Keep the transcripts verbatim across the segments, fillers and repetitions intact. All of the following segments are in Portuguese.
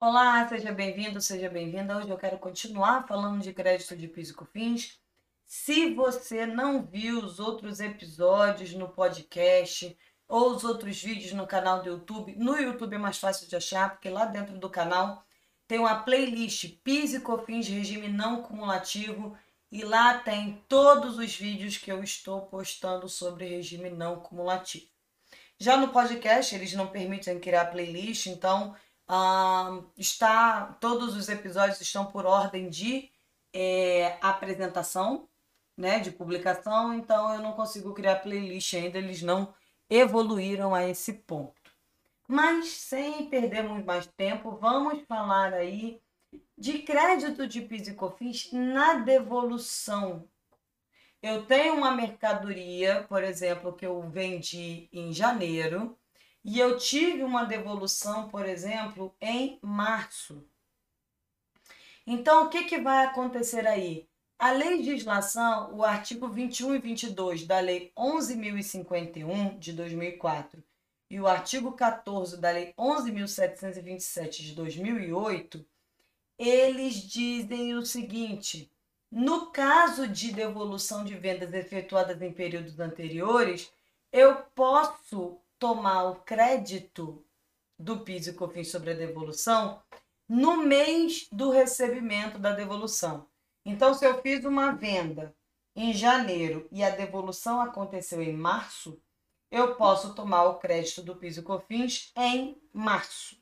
Olá, seja bem-vindo, seja bem-vinda. Hoje eu quero continuar falando de crédito de PIS e COFINS. Se você não viu os outros episódios no podcast ou os outros vídeos no canal do YouTube, no YouTube é mais fácil de achar, porque lá dentro do canal tem uma playlist PIS e COFINS regime não cumulativo e lá tem todos os vídeos que eu estou postando sobre regime não cumulativo. Já no podcast, eles não permitem criar playlist, então ah, está, todos os episódios estão por ordem de é, apresentação, né, de publicação, então eu não consigo criar playlist ainda, eles não evoluíram a esse ponto. Mas sem perdermos mais tempo, vamos falar aí de crédito de PIS e COFINS na devolução. Eu tenho uma mercadoria, por exemplo, que eu vendi em janeiro e eu tive uma devolução, por exemplo, em março. Então, o que, que vai acontecer aí? A legislação, o artigo vinte e um e vinte e dois da Lei onze mil e cinquenta e um de dois mil e quatro e o artigo quatorze da Lei onze mil setecentos e vinte e sete de dois mil e oito, eles dizem o seguinte: no caso de devolução de vendas efetuadas em períodos anteriores, eu posso tomar o crédito do PIS e COFINS sobre a devolução no mês do recebimento da devolução. Então, se eu fiz uma venda em janeiro e a devolução aconteceu em março, eu posso tomar o crédito do PIS e COFINS em março.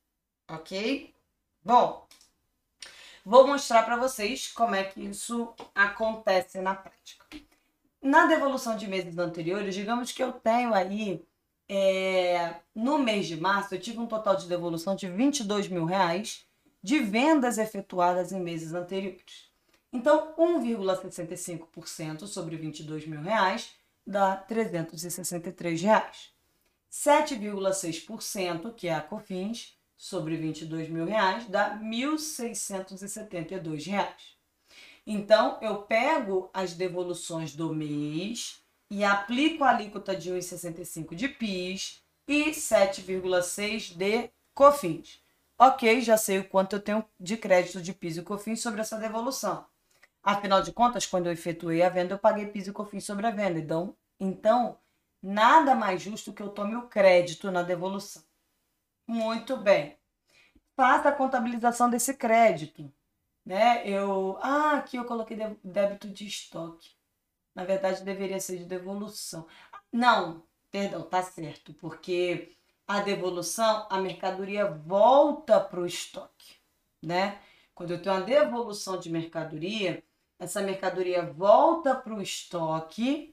Ok? Bom, vou mostrar para vocês como é que isso acontece na prática. Na devolução de meses anteriores, digamos que eu tenho aí, é, no mês de março, eu tive um total de devolução de vinte e dois mil reais de vendas efetuadas em meses anteriores. Então, um vírgula sessenta e cinco por cento sobre vinte e dois mil reais dá trezentos e sessenta e três reais. sete vírgula seis por cento, que é a COFINS, sobre vinte e dois mil reais, dá mil seiscentos e setenta e dois reais. Então, eu pego as devoluções do mês e aplico a alíquota de um vírgula sessenta e cinco de PIS e sete vírgula seis de COFINS. Ok, já sei o quanto eu tenho de crédito de PIS e COFINS sobre essa devolução. Afinal de contas, quando eu efetuei a venda, eu paguei PIS e COFINS sobre a venda. Então, então nada mais justo que eu tome o crédito na devolução. Muito bem. Faça a contabilização desse crédito. Né? Eu, ah, aqui eu coloquei débito de estoque. Na verdade, deveria ser de devolução. Não, perdão, tá certo, porque a devolução, a mercadoria volta para o estoque, né? Quando eu tenho uma devolução de mercadoria, essa mercadoria volta para o estoque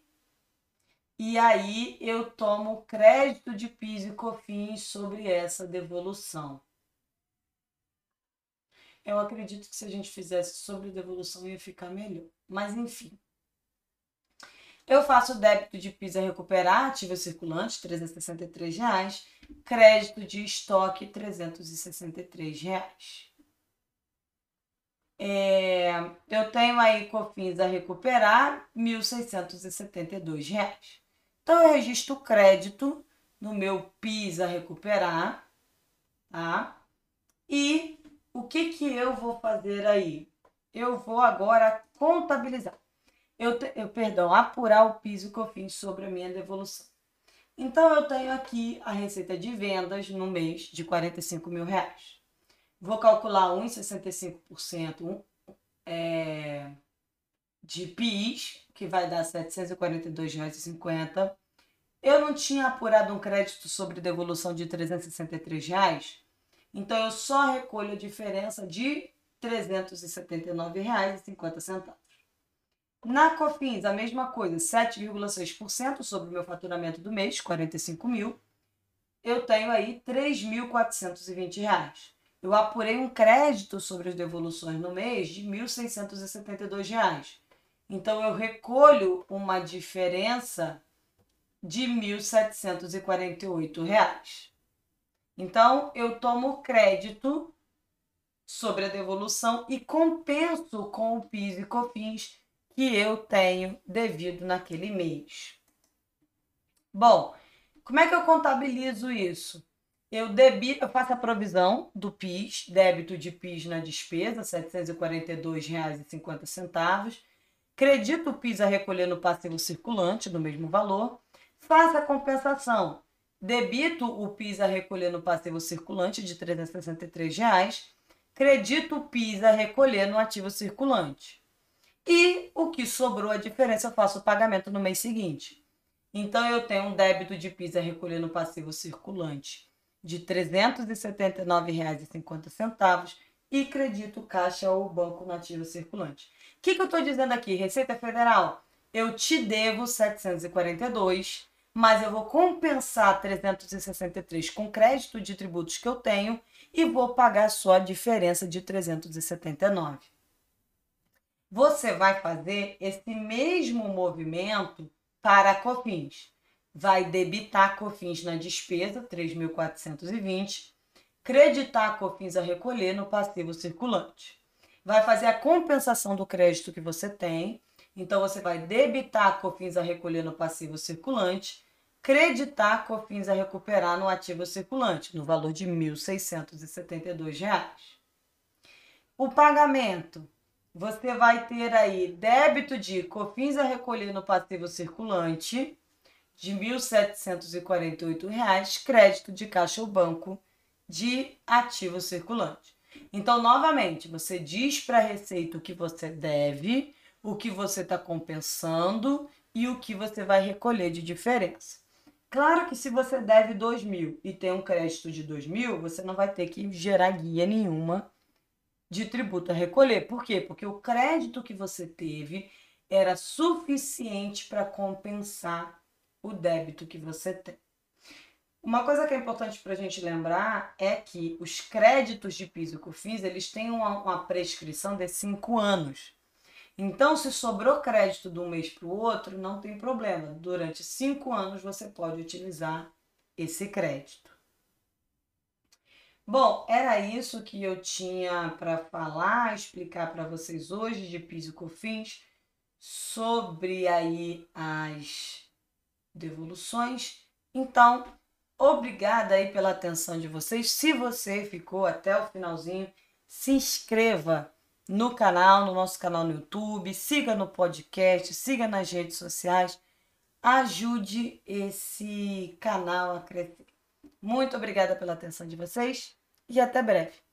e aí eu tomo crédito de PIS e COFINS sobre essa devolução. Eu acredito que se a gente fizesse sobre devolução ia ficar melhor. Mas enfim. Eu faço débito de PIS a recuperar, ativo circulante, trezentos e sessenta e três reais. Crédito de estoque, trezentos e sessenta e três reais. É, eu tenho aí COFINS a recuperar, mil seiscentos e setenta e dois reais. Então, eu registro crédito no meu PIS a recuperar, tá? E o que, que eu vou fazer aí? Eu vou agora contabilizar. Eu, te, eu perdão, apurar o PIS e COFINS sobre a minha devolução. Então, eu tenho aqui a receita de vendas no mês de quarenta e cinco mil reais. Vou calcular um vírgula sessenta e cinco por cento é, de PIS, que vai dar setecentos e quarenta e dois reais e cinquenta centavos. Eu não tinha apurado um crédito sobre devolução de trezentos e sessenta e três reais, então eu só recolho a diferença de trezentos e setenta e nove reais e cinquenta centavos. Na COFINS, a mesma coisa, sete vírgula seis por cento sobre o meu faturamento do mês, quarenta e cinco mil. Eu tenho aí três mil quatrocentos e vinte reais. Eu apurei um crédito sobre as devoluções no mês de mil seiscentos e setenta e dois reais. Então, eu recolho uma diferença de mil setecentos e quarenta e oito reais. Então, eu tomo crédito sobre a devolução e compenso com o PIS e COFINS que eu tenho devido naquele mês. Bom, como é que eu contabilizo isso? Eu debito, eu faço a provisão do PIS, débito de PIS na despesa, setecentos e quarenta e dois reais e cinquenta centavos. Credito o PIS a recolher no passivo circulante, no mesmo valor. Faço a compensação. Debito o PIS a recolher no passivo circulante de trezentos e sessenta e três reais. Credito o PIS a recolher no ativo circulante. E o que sobrou, a diferença, eu faço o pagamento no mês seguinte. Então, eu tenho um débito de PIS a recolher no passivo circulante de trezentos e setenta e nove reais e cinquenta centavos e credito Caixa ou Banco no ativo circulante. O que, que eu estou dizendo aqui? Receita Federal, eu te devo setecentos e quarenta e dois, mas eu vou compensar trezentos e sessenta e três com crédito de tributos que eu tenho e vou pagar só a diferença de trezentos e setenta e nove. Você vai fazer esse mesmo movimento para a COFINS. Vai debitar a COFINS na despesa, três mil quatrocentos e vinte, creditar a COFINS a recolher no passivo circulante. Vai fazer a compensação do crédito que você tem, então você vai debitar a COFINS a recolher no passivo circulante, creditar a COFINS a recuperar no ativo circulante, no valor de mil seiscentos e setenta e dois reais. O pagamento, você vai ter aí débito de COFINS a recolher no passivo circulante de mil setecentos e quarenta e oito reais, crédito de Caixa ou Banco de ativo circulante. Então, novamente, você diz para a Receita o que você deve, o que você está compensando e o que você vai recolher de diferença. Claro que se você deve dois mil e tem um crédito de dois mil, você não vai ter que gerar guia nenhuma de tributo a recolher. Por quê? Porque o crédito que você teve era suficiente para compensar o débito que você tem. Uma coisa que é importante para a gente lembrar é que os créditos de PIS e COFINS, eles têm uma, uma prescrição de cinco anos. Então, se sobrou crédito de um mês para o outro, não tem problema. Durante cinco anos, você pode utilizar esse crédito. Bom, era isso que eu tinha para falar, explicar para vocês hoje de PIS e COFINS, sobre aí as devoluções. Então, obrigada aí pela atenção de vocês. Se você ficou até o finalzinho, se inscreva no canal, no nosso canal no YouTube, siga no podcast, siga nas redes sociais, ajude esse canal a crescer. Muito obrigada pela atenção de vocês e até breve.